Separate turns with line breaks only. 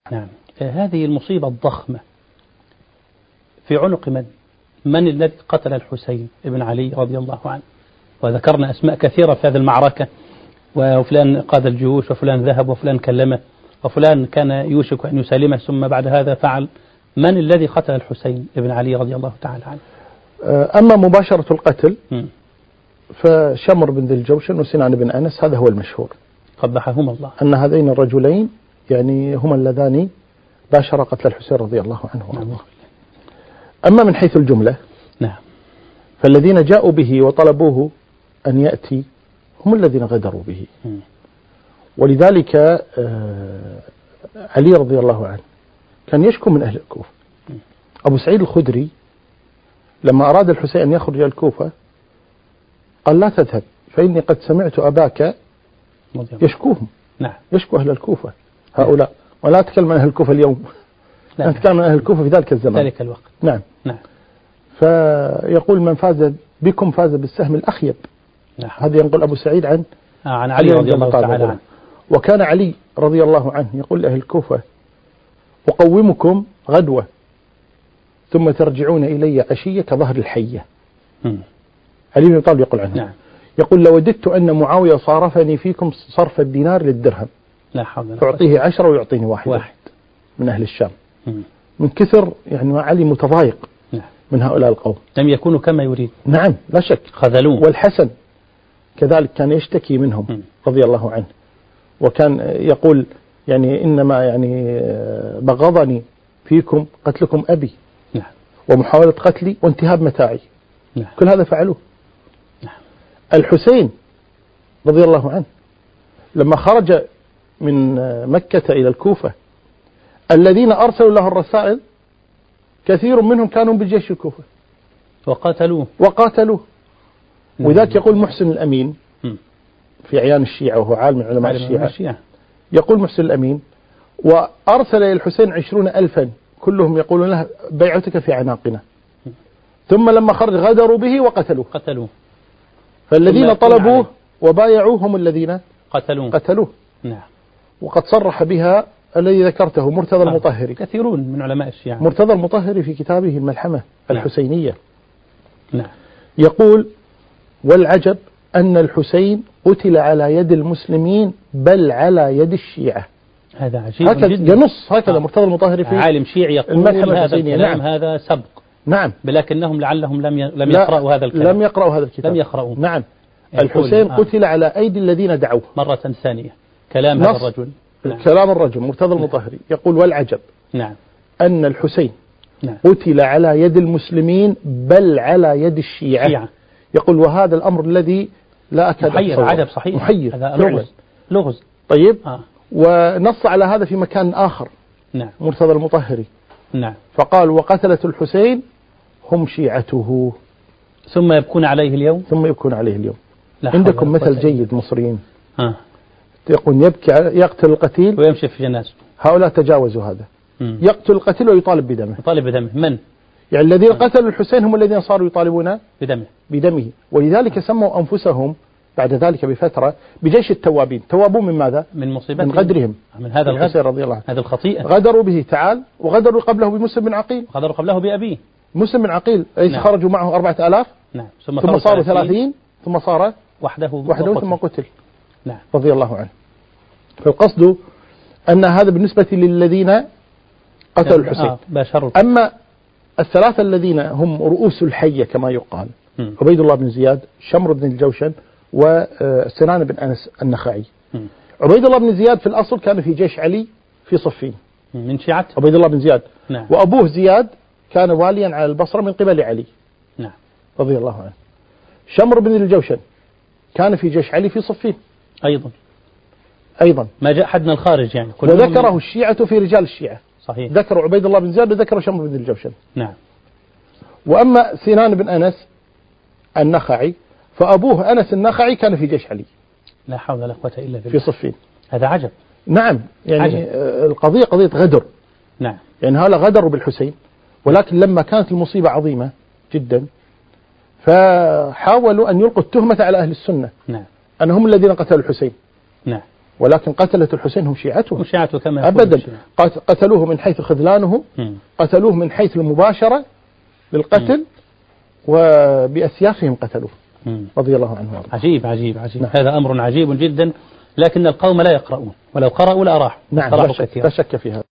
نعم. هذه المصيبة الضخمة في عنق من الذي قتل الحسين ابن علي رضي الله عنه؟ وذكرنا أسماء كثيرة في هذه المعركة، وفلان قاد الجيوش، وفلان ذهب، وفلان كلمه، وفلان كان يوشك أن يسالمه ثم بعد هذا فعل. من الذي قتل الحسين ابن علي رضي الله تعالى عنه؟
أما مباشرة القتل فشمر بن ذي الجوشن وسنان بن أنس، هذا هو المشهور
قبحهما الله،
أن هذين الرجلين يعني هما اللذان باشر قتل الحسين رضي الله عنه.
نعم.
أما من حيث الجملة
نعم،
فالذين جاءوا به وطلبوه أن يأتي هم الذين غدروا به. ولذلك علي رضي الله عنه كان يشكو من أهل الكوفة. أبو سعيد الخدري لما أراد الحسين أن يخرج إلى الكوفة قال لا تذهب فإني قد سمعت أباك يشكوهم.
نعم.
يشكو أهل الكوفة هؤلاء، ولا أتكلم عن أهل الكوفة اليوم، أتكلم عن أهل الكوفة في ذلك الزمان،
ذلك الوقت.
نعم.
نعم.
فيقول من فاز بكم فاز بالسهم الأخيب.
نعم.
هذا ينقل أبو سعيد عن
علي رضي الله تعالى عنه.
وكان علي رضي الله عنه يقول لأهل الكوفة أقومكم غدوة ثم ترجعون إلي عشية كظهر الحية. علي بن طالب يقول عنه.
نعم.
يقول لوددت أن معاوية صارفني فيكم صرف الدينار للدرهم،
لا حول،
أعطيه 10 ويعطيني واحد من أهل الشام. من كثر يعني علي متضايق من هؤلاء القوم،
لم يكونوا كما يريد.
نعم لا شك،
خذلوه.
والحسن كذلك كان يشتكي منهم رضي الله عنه، وكان يقول يعني إنما يعني بغضني فيكم قتلكم أبي.
نعم.
ومحاولة قتلي وانتهاب متاعي.
نعم.
كل هذا فعلوه.
نعم.
الحسين رضي الله عنه لما خرج من مكة إلى الكوفة الذين أرسلوا له الرسائل كثير منهم كانوا بجيش الكوفة وقاتلوه. وذاك يقول محسن الأمين في أعيان الشيعة، وهو عالم من علماء الشيعة، يقول محسن الأمين وأرسل إلى الحسين 20,000 كلهم يقولون له بيعتك في عناقنا، ثم لما خرج غدروا به وقتلوه. فالذين طلبوه وبايعوه هم الذين قتلوه.
نعم.
وقد صرح بها الذي ذكرته مرتضى المطهري،
كثيرون من علماء الشيعة،
مرتضى المطهري في كتابه الملحمة الحسينية.
نعم.
يقول والعجب أن الحسين قتل على يد المسلمين بل على يد الشيعة.
هذا عجيب
جدا. ينص هكذا مرتضى المطهري في
عالم شيعي يقول
الملحمة
هذا
الحسينية.
الكلام. نعم. هذا سبق.
نعم.
لكنهم لعلهم لم يقرأوا هذا الكلام.
لم يقرأوا هذا الكتاب.
لم يقرأوا.
نعم. الحسين قتل على أيدي الذين دعوه.
مرة ثانية كلام هذا الرجل.
نعم. كلام الرجل مرتضى المطهري يقول والعجب
نعم
أن الحسين
نعم.
قتل على يد المسلمين بل على يد الشيعة. يقول وهذا الأمر الذي لا أكاد
محير. عجب صحيح.
محير.
هذا لغز.
طيب. ونص على هذا في مكان آخر.
نعم.
مرتضى المطهري.
نعم.
فقال وقتلة الحسين هم شيعته
ثم يبكون عليه اليوم.
عندكم مثل جيد مصريين يقول يقتل القتيل
ويمشي في جنازته.
هؤلاء تجاوزوا هذا. يقتل القتيل ويطالب بدمه.
من؟
يعني الذين قتلوا الحسين هم الذين صاروا يطالبون
بدمه.
ولذلك سموا أنفسهم بعد ذلك بفترة بجيش التوابين. توابون من ماذا؟
من مصيبتهم،
من غدرهم،
من هذا الغدر
رضي الله عنه.
هذه الخطيئة.
غدروا به تعال، وغدروا قبله بمسلم بن عقيل،
غدروا قبله بأبيه
مسلم بن عقيل. نعم. خرجوا معه 4000.
نعم.
ثم صاروا 30 ثم صار
وحده
ثم قتل.
نعم.
رضي الله عنه. فالقصد أن هذا بالنسبة للذين قتلوا الحسين. أما الثلاثة الذين هم رؤوس الحية كما يقال، عبيد الله بن زياد، شمر بن الجوشن، وسنان بن أنس النخعي. عبيد الله بن زياد في الأصل كان في جيش علي في صفين
من شيعة
عبيد الله بن زياد.
نعم.
وأبوه زياد كان واليا على البصرة من قبل علي.
نعم.
رضي الله عنه. شمر بن الجوشن كان في جيش علي في صفين أيضا
ما جاء حد من الخارج يعني.
وذكره الشيعة في رجال الشيعة.
صحيح.
ذكروا عبيد الله بن زياد وذكروا شمر بن الجوشن.
نعم.
وأما سنان بن أنس النخعي فأبوه أنس النخعي كان في جيش علي.
لا حول ولا قوة إلا بالله.
في صفين.
هذا عجب.
نعم. يعني عجب. القضية قضية غدر.
نعم.
يعني هؤلاء غدروا بالحسين، ولكن لما كانت المصيبة عظيمة جدا فحاولوا أن يلقوا التهمة على أهل السنة.
نعم.
أنهم الذين قتلوا الحسين.
نعم.
ولكن قتلة الحسين هم شيعته.
وشيعته كما
أبدا. قتلوه من حيث خذلانه، قتلوه من حيث المباشرة بالقتل، وبأسيافهم قتلوه رضي الله عنه.
عجيب عجيب عجيب. نعم. هذا أمر عجيب جدا، لكن القوم لا يقرؤون، ولو قرأوا لأراحوا.
نعم لا شك في هذا.